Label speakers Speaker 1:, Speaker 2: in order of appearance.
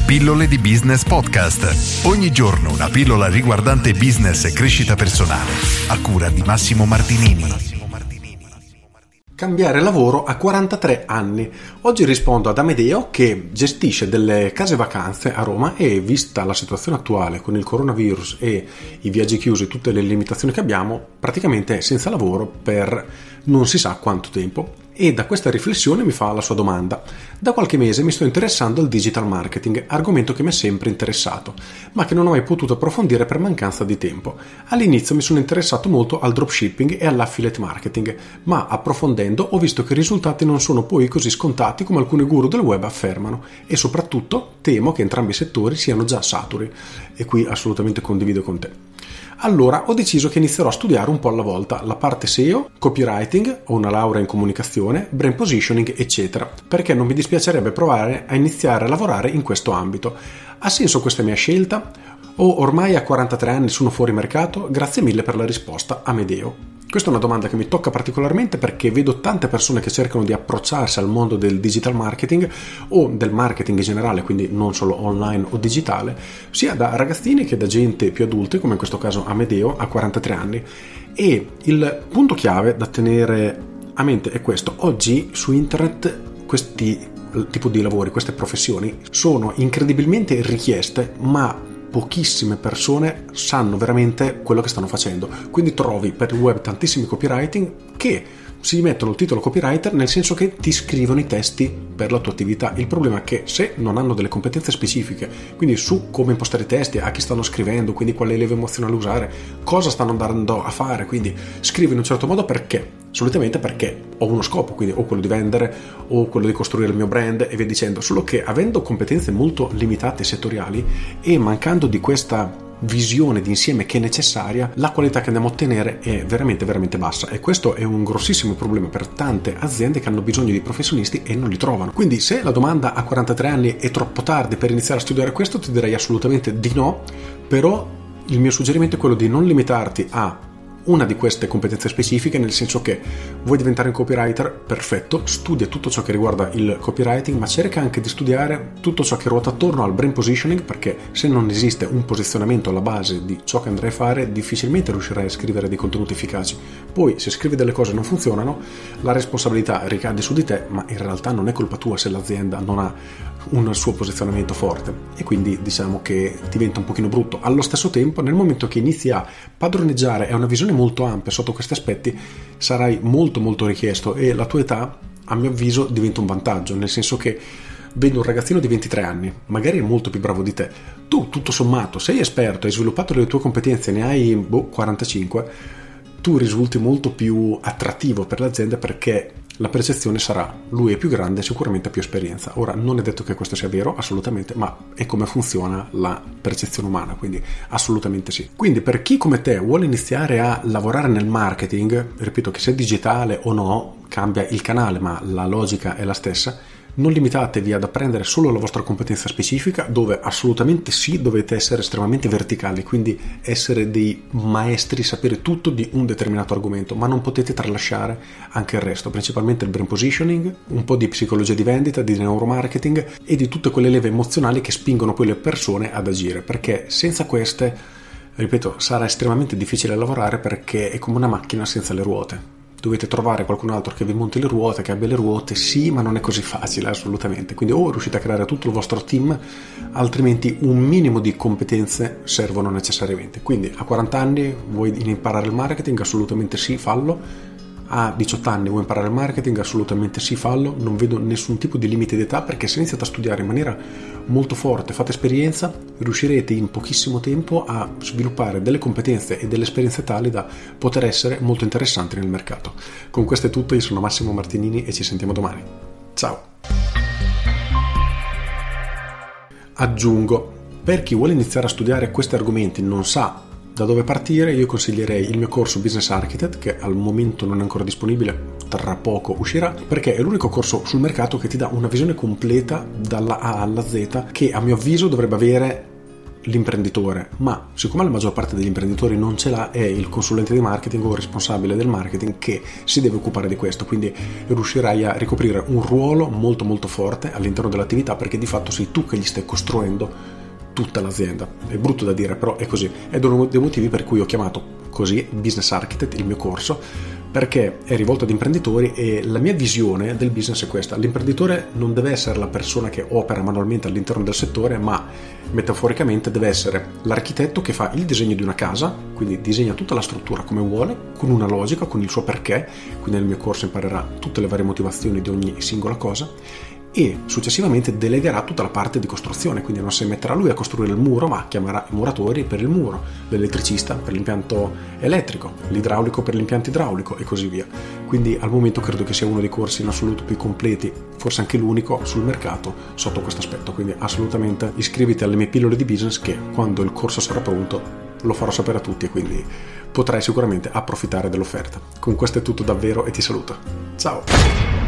Speaker 1: Pillole di Business Podcast. Ogni giorno una pillola riguardante business e crescita personale. A cura di Massimo Martinini.
Speaker 2: Cambiare lavoro a 43 anni. Oggi rispondo ad Amedeo che gestisce delle case vacanze a Roma e, vista la situazione attuale con il coronavirus e i viaggi chiusi, tutte le limitazioni che abbiamo, praticamente è senza lavoro per non si sa quanto tempo. E da questa riflessione mi fa la sua domanda. Da qualche mese mi sto interessando al digital marketing, argomento che mi è sempre interessato, ma che non ho mai potuto approfondire per mancanza di tempo. All'inizio mi sono interessato molto al dropshipping e all'affiliate marketing, ma approfondendo ho visto che i risultati non sono poi così scontati come alcuni guru del web affermano, e soprattutto temo che entrambi i settori siano già saturi, e qui assolutamente condivido con te. Allora ho deciso che inizierò a studiare un po' alla volta la parte SEO, copywriting, ho una laurea in comunicazione, brand positioning, eccetera, perché non mi dispiacerebbe provare a iniziare a lavorare in questo ambito. Ha senso questa mia scelta? O ormai a 43 anni sono fuori mercato? Grazie mille per la risposta, Amedeo. Questa è una domanda che mi tocca particolarmente perché vedo tante persone che cercano di approcciarsi al mondo del digital marketing o del marketing in generale, quindi non solo online o digitale, sia da ragazzini che da gente più adulte, come in questo caso Amedeo, a 43 anni. E il punto chiave da tenere a mente è questo: oggi su internet questi tipo di lavori, queste professioni sono incredibilmente richieste, ma pochissime persone sanno veramente quello che stanno facendo. Quindi trovi per il web tantissimi copywriting che si mettono il titolo copywriter, nel senso che ti scrivono i testi per la tua attività. Il problema è che se non hanno delle competenze specifiche, quindi su come impostare i testi, a chi stanno scrivendo, quindi quale leva emozionale usare, cosa stanno andando a fare, quindi scrivi in un certo modo perché? Solitamente perché ho uno scopo, quindi o quello di vendere o quello di costruire il mio brand e via dicendo. Solo che avendo competenze molto limitate e settoriali e mancando di questa visione d'insieme che è necessaria, la qualità che andiamo a ottenere è veramente veramente bassa, e questo è un grossissimo problema per tante aziende che hanno bisogno di professionisti e non li trovano. Quindi se la domanda a 43 anni è troppo tardi per iniziare a studiare questo, ti direi assolutamente di no, però il mio suggerimento è quello di non limitarti a una di queste competenze specifiche, nel senso che vuoi diventare un copywriter, perfetto, studia tutto ciò che riguarda il copywriting, ma cerca anche di studiare tutto ciò che ruota attorno al brand positioning, perché se non esiste un posizionamento alla base di ciò che andrai a fare, difficilmente riuscirai a scrivere dei contenuti efficaci. Poi se scrivi delle cose e non funzionano, la responsabilità ricade su di te, ma in realtà non è colpa tua se l'azienda non ha un suo posizionamento forte, e quindi diciamo che diventa un pochino brutto. Allo stesso tempo, nel momento che inizi a padroneggiare e una visione molto ampia sotto questi aspetti, sarai molto molto richiesto, e la tua età, a mio avviso, diventa un vantaggio, nel senso che vedo un ragazzino di 23 anni, magari è molto più bravo di te, tu tutto sommato sei esperto, hai sviluppato le tue competenze, ne hai 45, tu risulti molto più attrattivo per l'azienda perché la percezione sarà: lui è più grande, sicuramente ha più esperienza. Ora, non è detto che questo sia vero, assolutamente, ma è come funziona la percezione umana, quindi assolutamente sì. Quindi per chi come te vuole iniziare a lavorare nel marketing, ripeto che sia digitale o no, cambia il canale, ma la logica è la stessa. Non limitatevi ad apprendere solo la vostra competenza specifica, dove assolutamente sì dovete essere estremamente verticali, quindi essere dei maestri, sapere tutto di un determinato argomento, ma non potete tralasciare anche il resto, principalmente il brand positioning, un po' di psicologia di vendita, di neuromarketing e di tutte quelle leve emozionali che spingono poi le persone ad agire, perché senza queste, ripeto, sarà estremamente difficile lavorare, perché è come una macchina senza le ruote. Dovete trovare qualcun altro che vi monti le ruote, che abbia le ruote, sì, ma non è così facile, assolutamente. Quindi o riuscite a creare tutto il vostro team, altrimenti un minimo di competenze servono necessariamente. Quindi a 40 anni vuoi imparare il marketing? Assolutamente sì, fallo. A 18 anni vuoi imparare il marketing? Assolutamente sì, fallo. Non vedo nessun tipo di limite d'età, perché se iniziate a studiare in maniera molto forte, fate esperienza, riuscirete in pochissimo tempo a sviluppare delle competenze e delle esperienze tali da poter essere molto interessanti nel mercato. Con questo è tutto, io sono Massimo Martinini e ci sentiamo domani. Ciao! Aggiungo, per chi vuole iniziare a studiare questi argomenti, non sa da dove partire, io consiglierei il mio corso Business Architect, che al momento non è ancora disponibile, tra poco uscirà, perché è l'unico corso sul mercato che ti dà una visione completa dalla A alla Z, che a mio avviso dovrebbe avere l'imprenditore, ma siccome la maggior parte degli imprenditori non ce l'ha, è il consulente di marketing o il responsabile del marketing che si deve occupare di questo, quindi riuscirai a ricoprire un ruolo molto molto forte all'interno dell'attività, perché di fatto sei tu che gli stai costruendo tutta l'azienda. È brutto da dire, però è così, ed è uno dei motivi per cui ho chiamato così Business Architect il mio corso, perché è rivolto ad imprenditori e la mia visione del business è questa: l'imprenditore non deve essere la persona che opera manualmente all'interno del settore, ma metaforicamente deve essere l'architetto che fa il disegno di una casa, quindi disegna tutta la struttura come vuole, con una logica, con il suo perché, quindi nel mio corso imparerà tutte le varie motivazioni di ogni singola cosa, e successivamente delegherà tutta la parte di costruzione, quindi non si metterà lui a costruire il muro, ma chiamerà i muratori per il muro, l'elettricista per l'impianto elettrico, l'idraulico per l'impianto idraulico e così via. Quindi al momento credo che sia uno dei corsi in assoluto più completi, forse anche l'unico sul mercato sotto questo aspetto, quindi assolutamente iscriviti alle mie pillole di business, che quando il corso sarà pronto lo farò sapere a tutti e quindi potrai sicuramente approfittare dell'offerta. Con questo è tutto davvero e ti saluto. Ciao!